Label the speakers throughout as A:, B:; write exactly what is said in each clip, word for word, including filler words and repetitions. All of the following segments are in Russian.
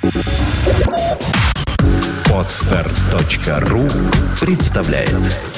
A: Подстер точка ру представляет.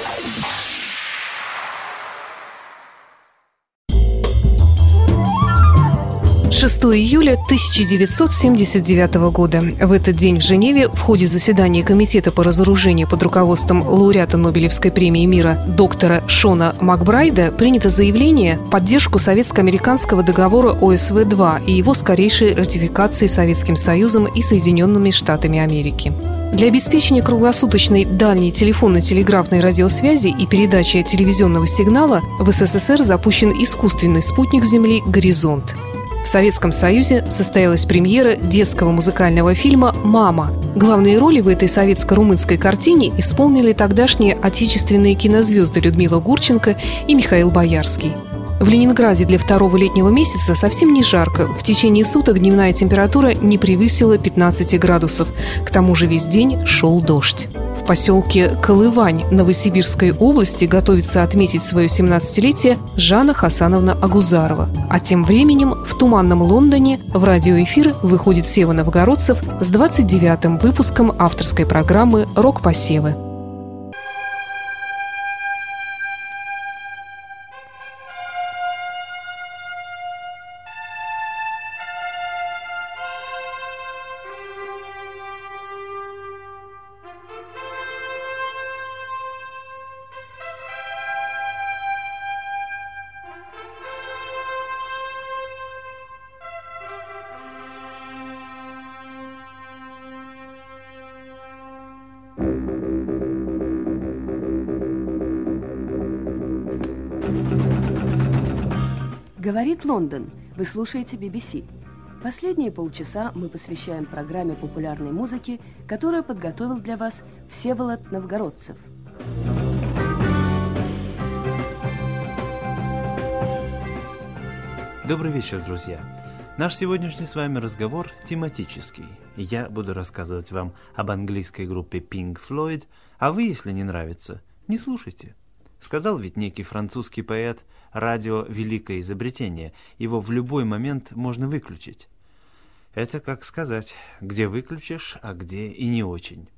B: шестого июля тысяча девятьсот семьдесят девятого года. В этот день в Женеве в ходе заседания Комитета по разоружению под руководством лауреата Нобелевской премии мира доктора Шона Макбрайда принято заявление в поддержку советско-американского договора О С В два и его скорейшей ратификации Советским Союзом и Соединенными Штатами Америки. Для обеспечения круглосуточной дальней телефонно-телеграфной радиосвязи и передачи телевизионного сигнала в С С С Р запущен искусственный спутник Земли «Горизонт». В Советском Союзе состоялась премьера детского музыкального фильма «Мама». Главные роли в этой советско-румынской картине исполнили тогдашние отечественные кинозвезды Людмила Гурченко и Михаил Боярский. В Ленинграде для второго летнего месяца совсем не жарко. В течение суток дневная температура не превысила пятнадцати градусов. К тому же весь день шел дождь. В поселке Колывань Новосибирской области готовится отметить свое семнадцатилетие Жанна Хасановна Агузарова. А тем временем в туманном Лондоне в радиоэфир выходит Сева Новгородцев с двадцать девятым выпуском авторской программы «Рок-посевы».
C: Говорит Лондон. Вы слушаете Би Би Си. Последние полчаса мы посвящаем программе популярной музыки, которую подготовил для вас Всеволод Новгородцев.
D: Добрый вечер, друзья. Наш сегодняшний с вами разговор тематический. Я буду рассказывать вам об английской группе Pink Floyd, а вы, если не нравится, не слушайте. Сказал ведь некий французский поэт: радио – великое изобретение, его в любой момент можно выключить. Это как сказать, где выключишь, а где и не очень.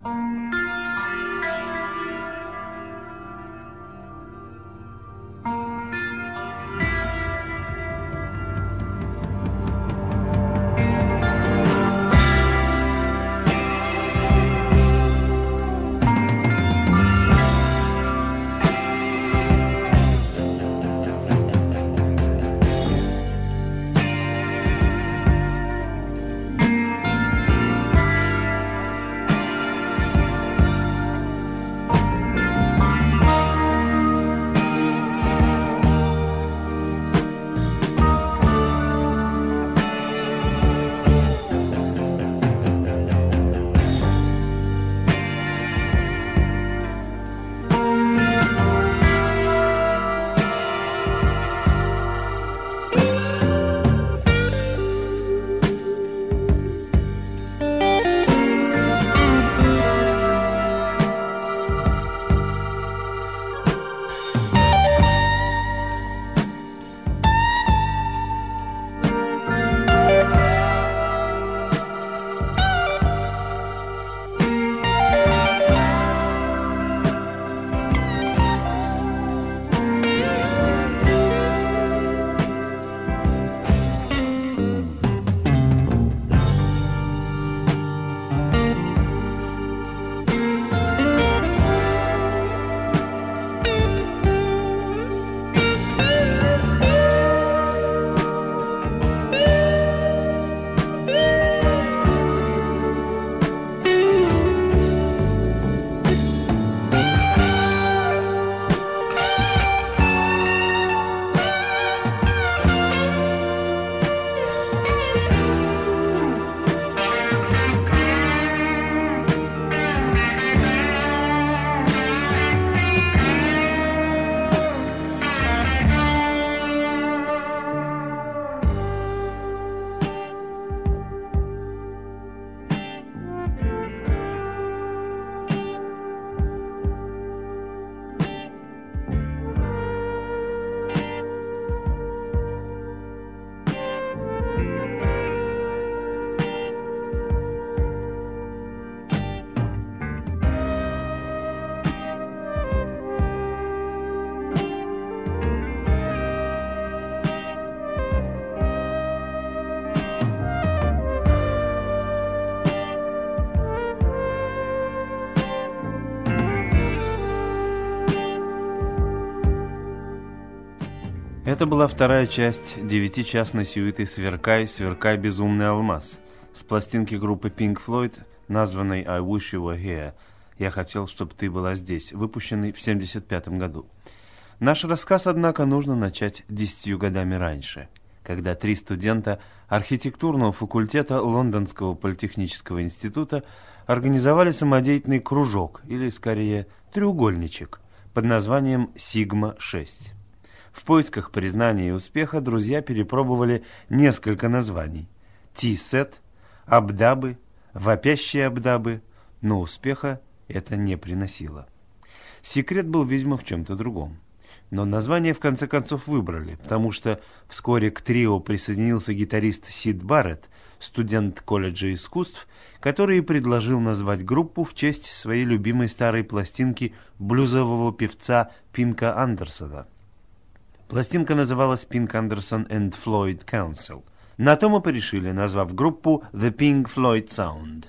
D: Это была вторая часть девятичастной сюиты «Сверкай, сверкай, безумный алмаз» с пластинки группы Pink Floyd, названной «I Wish You Were Here» «Я хотел, чтобы ты была здесь», выпущенной в семьдесят пятом году. Наш рассказ, однако, нужно начать десятью годами раньше, когда три студента архитектурного факультета Лондонского политехнического института организовали самодеятельный кружок, или, скорее, треугольничек, под названием «Сигма шесть». В поисках признания и успеха друзья перепробовали несколько названий: Ти-сет, Абдабы, Вопящие Абдабы, но успеха это не приносило. Секрет был, видимо, в чем-то другом. Но название в конце концов выбрали, потому что вскоре к трио присоединился гитарист Сид Барретт, студент колледжа искусств, который и предложил назвать группу в честь своей любимой старой пластинки блюзового певца Пинка Андерсона. Пластинка называлась Pink Anderson and Floyd Council. На то мы порешили, назвав группу The Pink Floyd Sound.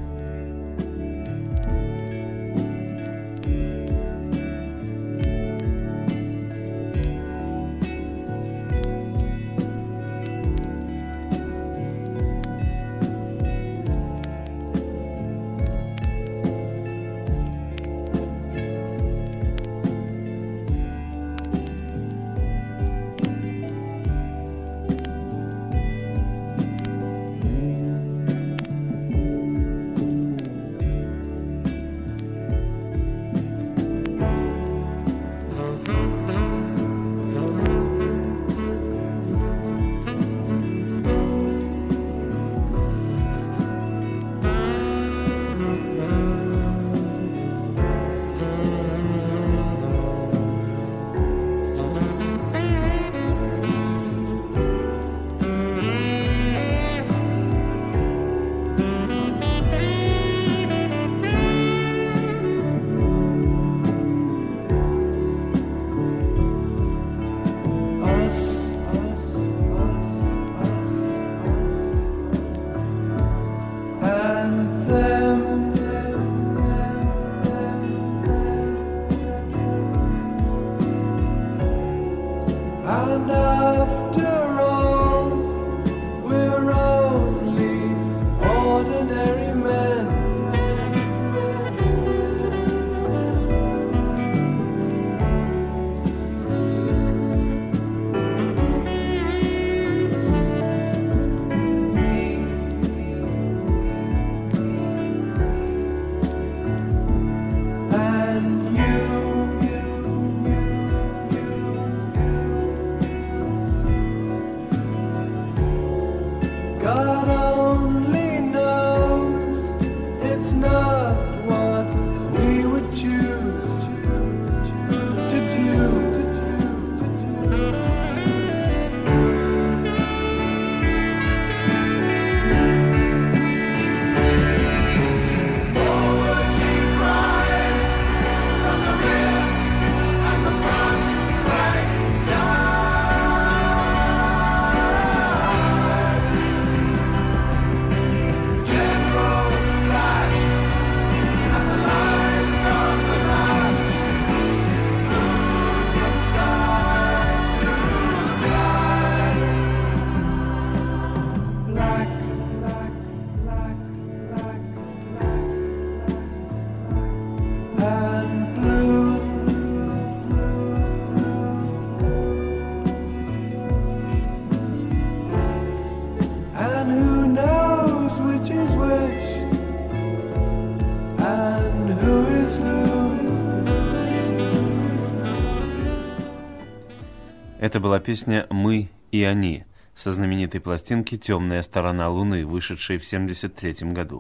D: Это была песня «Мы и они» со знаменитой пластинки «Темная сторона Луны», вышедшей в семьдесят третьем году.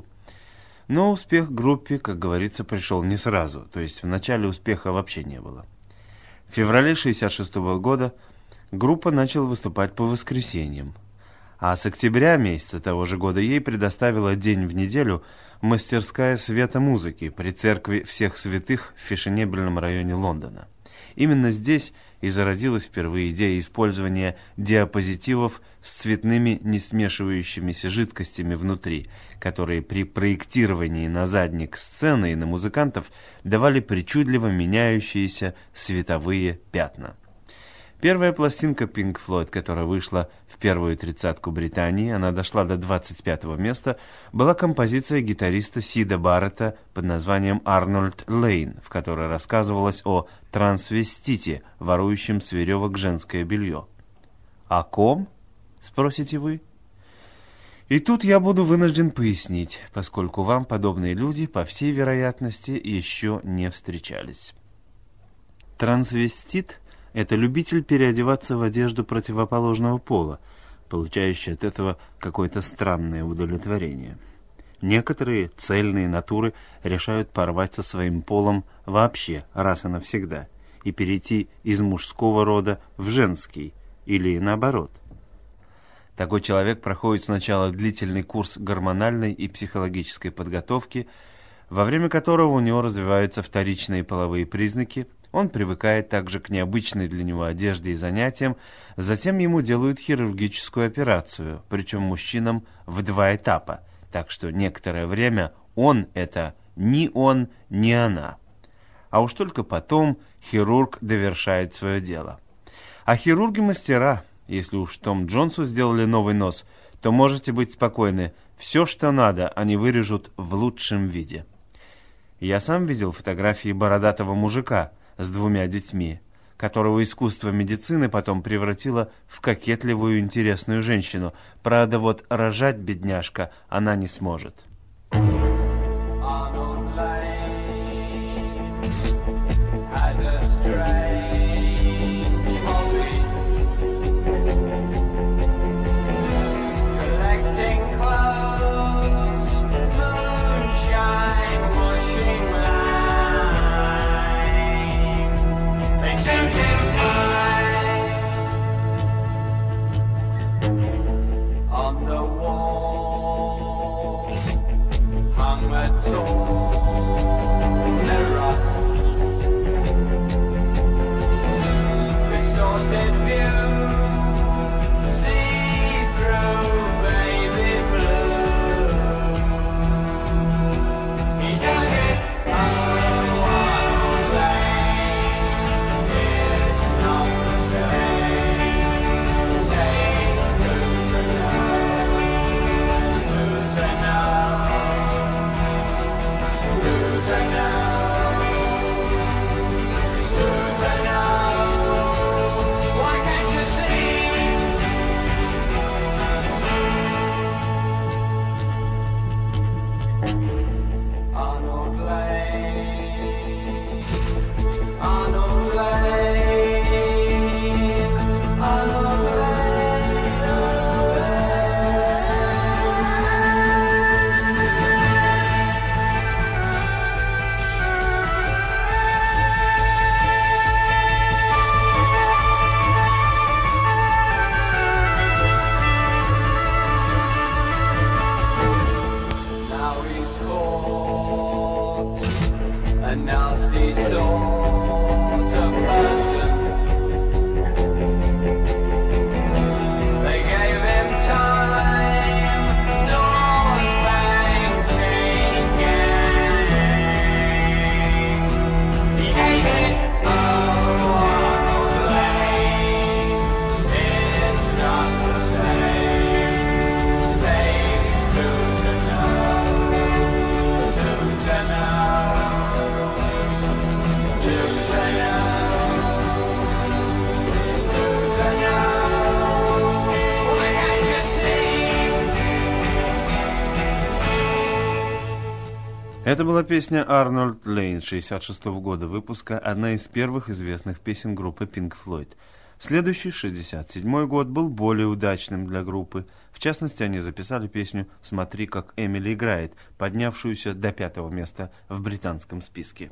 D: Но успех группе, как говорится, пришел не сразу, то есть в начале успеха вообще не было. В феврале шестьдесят шестого года группа начала выступать по воскресеньям, а с октября месяца того же года ей предоставила день в неделю мастерская света музыки при церкви Всех Святых в фешенебельном районе Лондона. Именно здесь и зародилась впервые идея использования диапозитивов с цветными несмешивающимися жидкостями внутри, которые при проектировании на задник сцены и на музыкантов давали причудливо меняющиеся световые пятна. Первая пластинка Pink Floyd, которая вышла в первую тридцатку Британии, она дошла до двадцать пятого места, была композиция гитариста Сида Барретта под названием «Арнольд Лейн», в которой рассказывалось о трансвестите, ворующем с веревок женское белье. «О ком?» – спросите вы. И тут я буду вынужден пояснить, поскольку вам подобные люди, по всей вероятности, еще не встречались. Трансвестит – это любитель переодеваться в одежду противоположного пола, получающий от этого какое-то странное удовлетворение. Некоторые цельные натуры решают порвать со своим полом вообще раз и навсегда и перейти из мужского рода в женский или наоборот. Такой человек проходит сначала длительный курс гормональной и психологической подготовки, во время которого у него развиваются вторичные половые признаки, он привыкает также к необычной для него одежде и занятиям, затем ему делают хирургическую операцию, причем мужчинам в два этапа, так что некоторое время он – это ни он, ни она. А уж только потом хирург довершает свое дело. А хирурги мастера. Если уж Том Джонсу сделали новый нос, то можете быть спокойны, все, что надо, они вырежут в лучшем виде. Я сам видел фотографии бородатого мужика с двумя детьми, которого искусство медицины потом превратило в кокетливую интересную женщину. Правда, вот рожать, бедняжка, она не сможет. Это была песня «Арнольд Лейн» шестьдесят шестого года выпуска, одна из первых известных песен группы Pink Floyd. Следующий, шестьдесят седьмой год, был более удачным для группы. В частности, они записали песню «Смотри, как Эмили играет», поднявшуюся до пятого места в британском списке.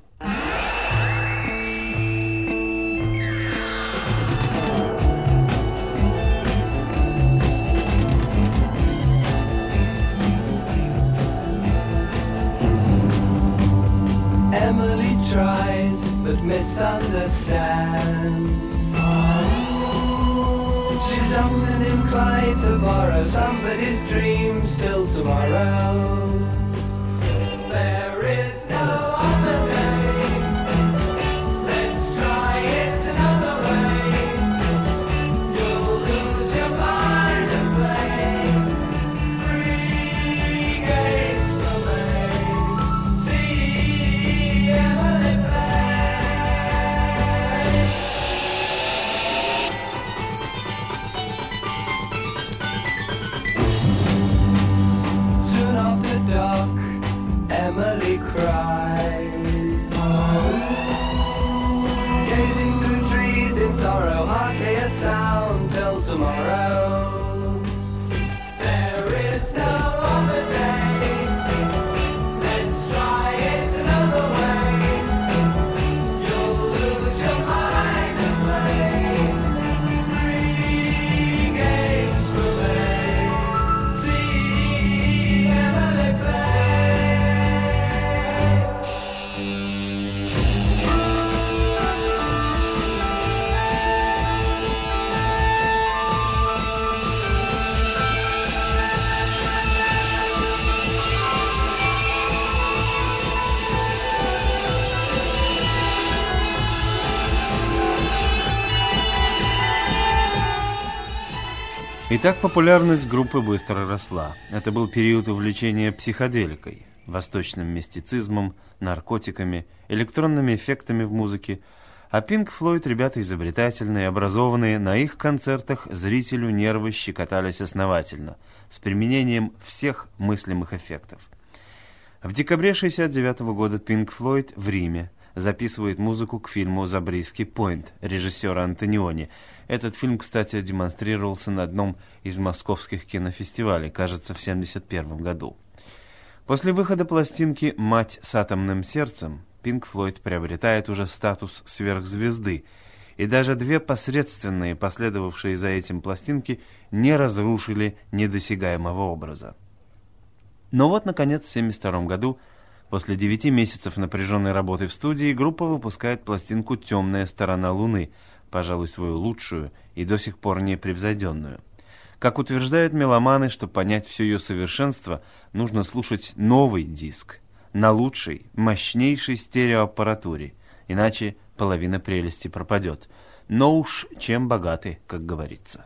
E: Emily tries but misunderstands. She's often inclined to borrow somebody's dreams till tomorrow. There is no other day. Let's try it another way.
D: Итак, популярность группы быстро росла. Это был период увлечения психоделикой, восточным мистицизмом, наркотиками, электронными эффектами в музыке. А Pink Floyd, ребята изобретательные, образованные, на их концертах зрителю нервы щекотались основательно, с применением всех мыслимых эффектов. В декабре шестьдесят девятого года Pink Floyd в Риме записывает музыку к фильму «Забриски Пойнт» режиссера Антониони. Этот фильм, кстати, демонстрировался на одном из московских кинофестивалей, кажется, в семьдесят первом году. После выхода пластинки «Мать с атомным сердцем» Pink Floyd приобретает уже статус сверхзвезды, и даже две посредственные, последовавшие за этим пластинки, не разрушили недосягаемого образа. Но вот, наконец, в семьдесят втором году, после девяти месяцев напряженной работы в студии, группа выпускает пластинку «Темная сторона Луны», пожалуй, свою лучшую и до сих пор непревзойденную. Как утверждают меломаны, чтобы понять все ее совершенство, нужно слушать новый диск на лучшей, мощнейшей стереоаппаратуре, иначе половина прелести пропадет. Но уж чем богаты, как говорится.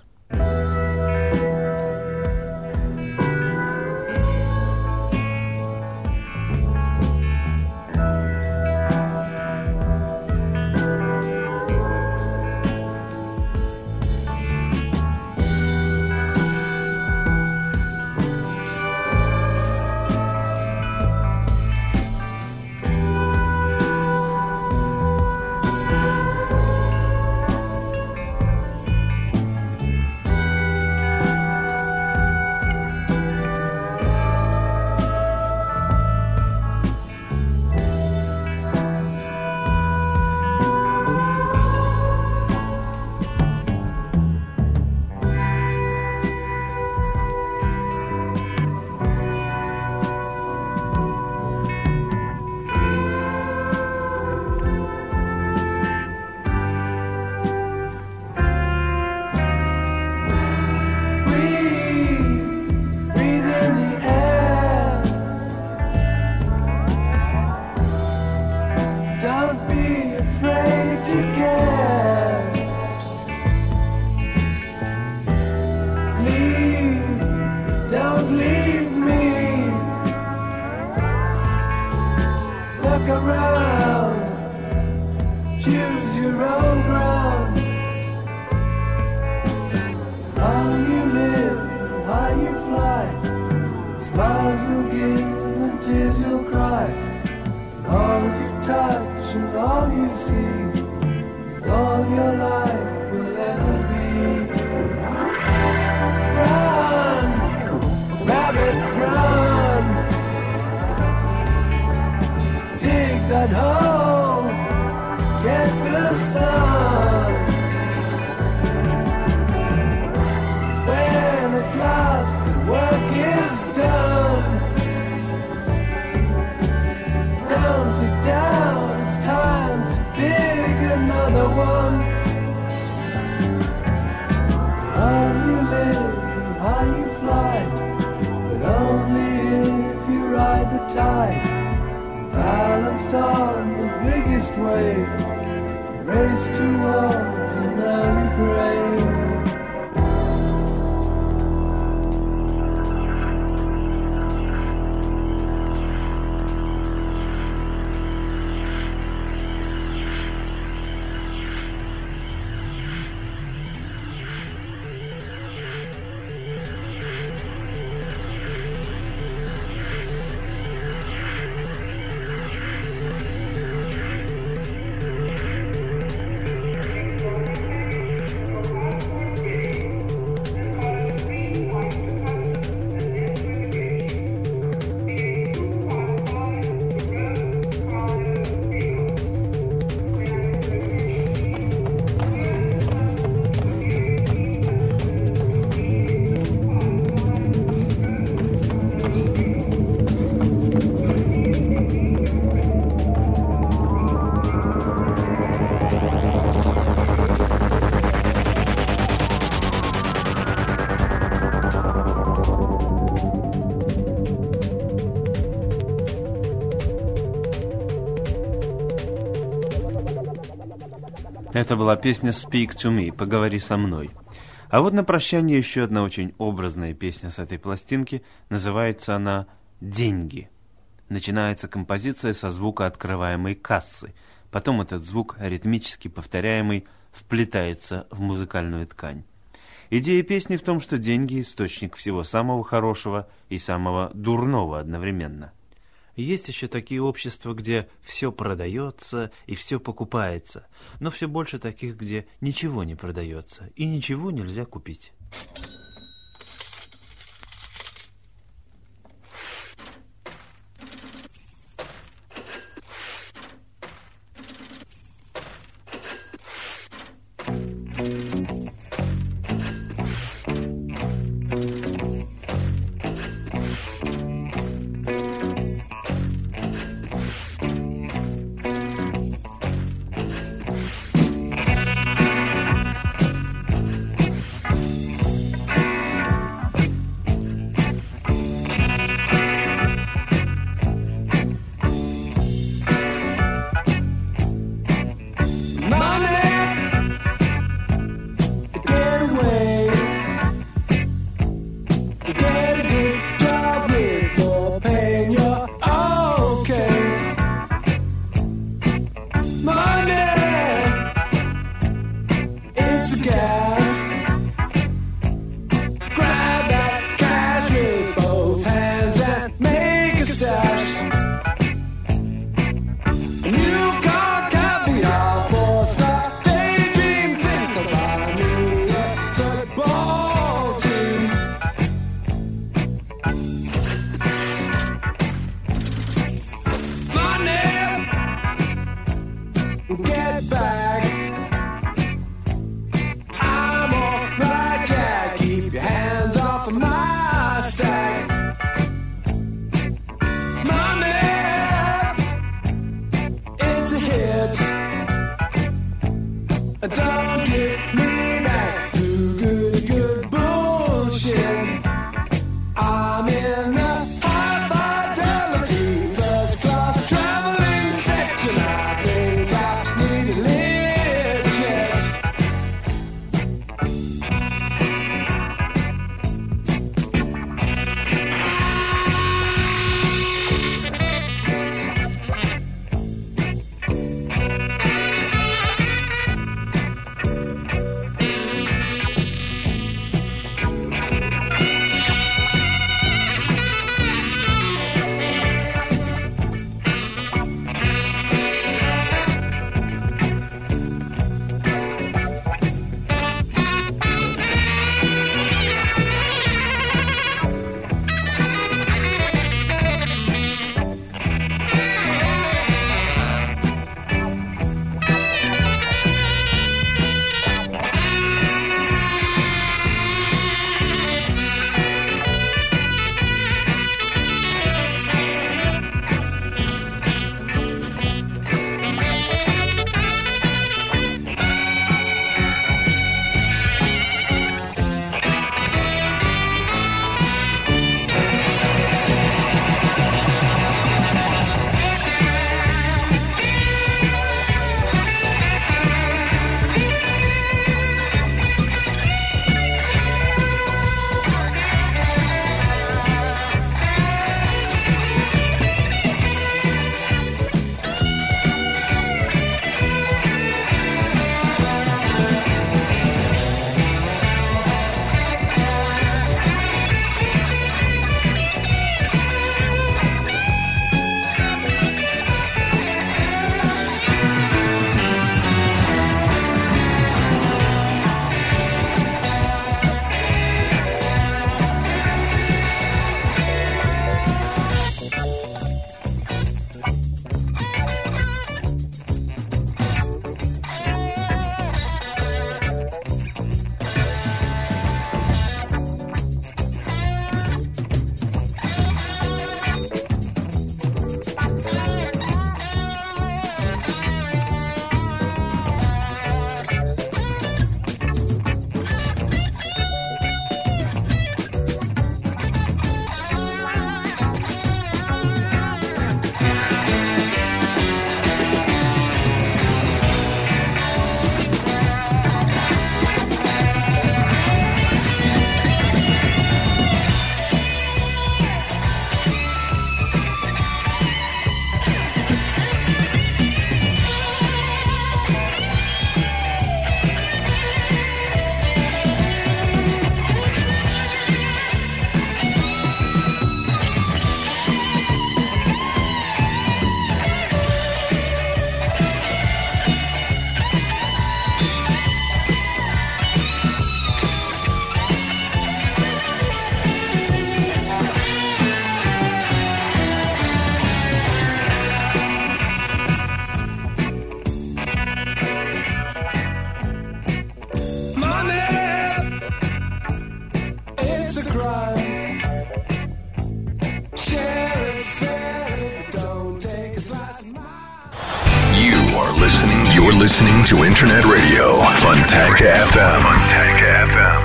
D: Это была песня «Speak to me», «Поговори со мной». А вот на прощание еще одна очень образная песня с этой пластинки. Называется она «Деньги». Начинается композиция со звука открываемой кассы. Потом этот звук, ритмически повторяемый, вплетается в музыкальную ткань. Идея песни в том, что деньги – источник всего самого хорошего и самого дурного одновременно. Есть еще такие общества, где все продается и все покупается, но все больше таких, где ничего не продается и ничего нельзя купить.
E: My man. a crime. Share it fairly, but don't take a slice of mine.
A: You are listening. You're listening to Internet Radio Fontanka эф эм. Fontanka эф эм.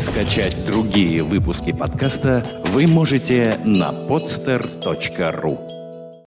A: Скачать другие выпуски подкаста вы можете на podster точка ru.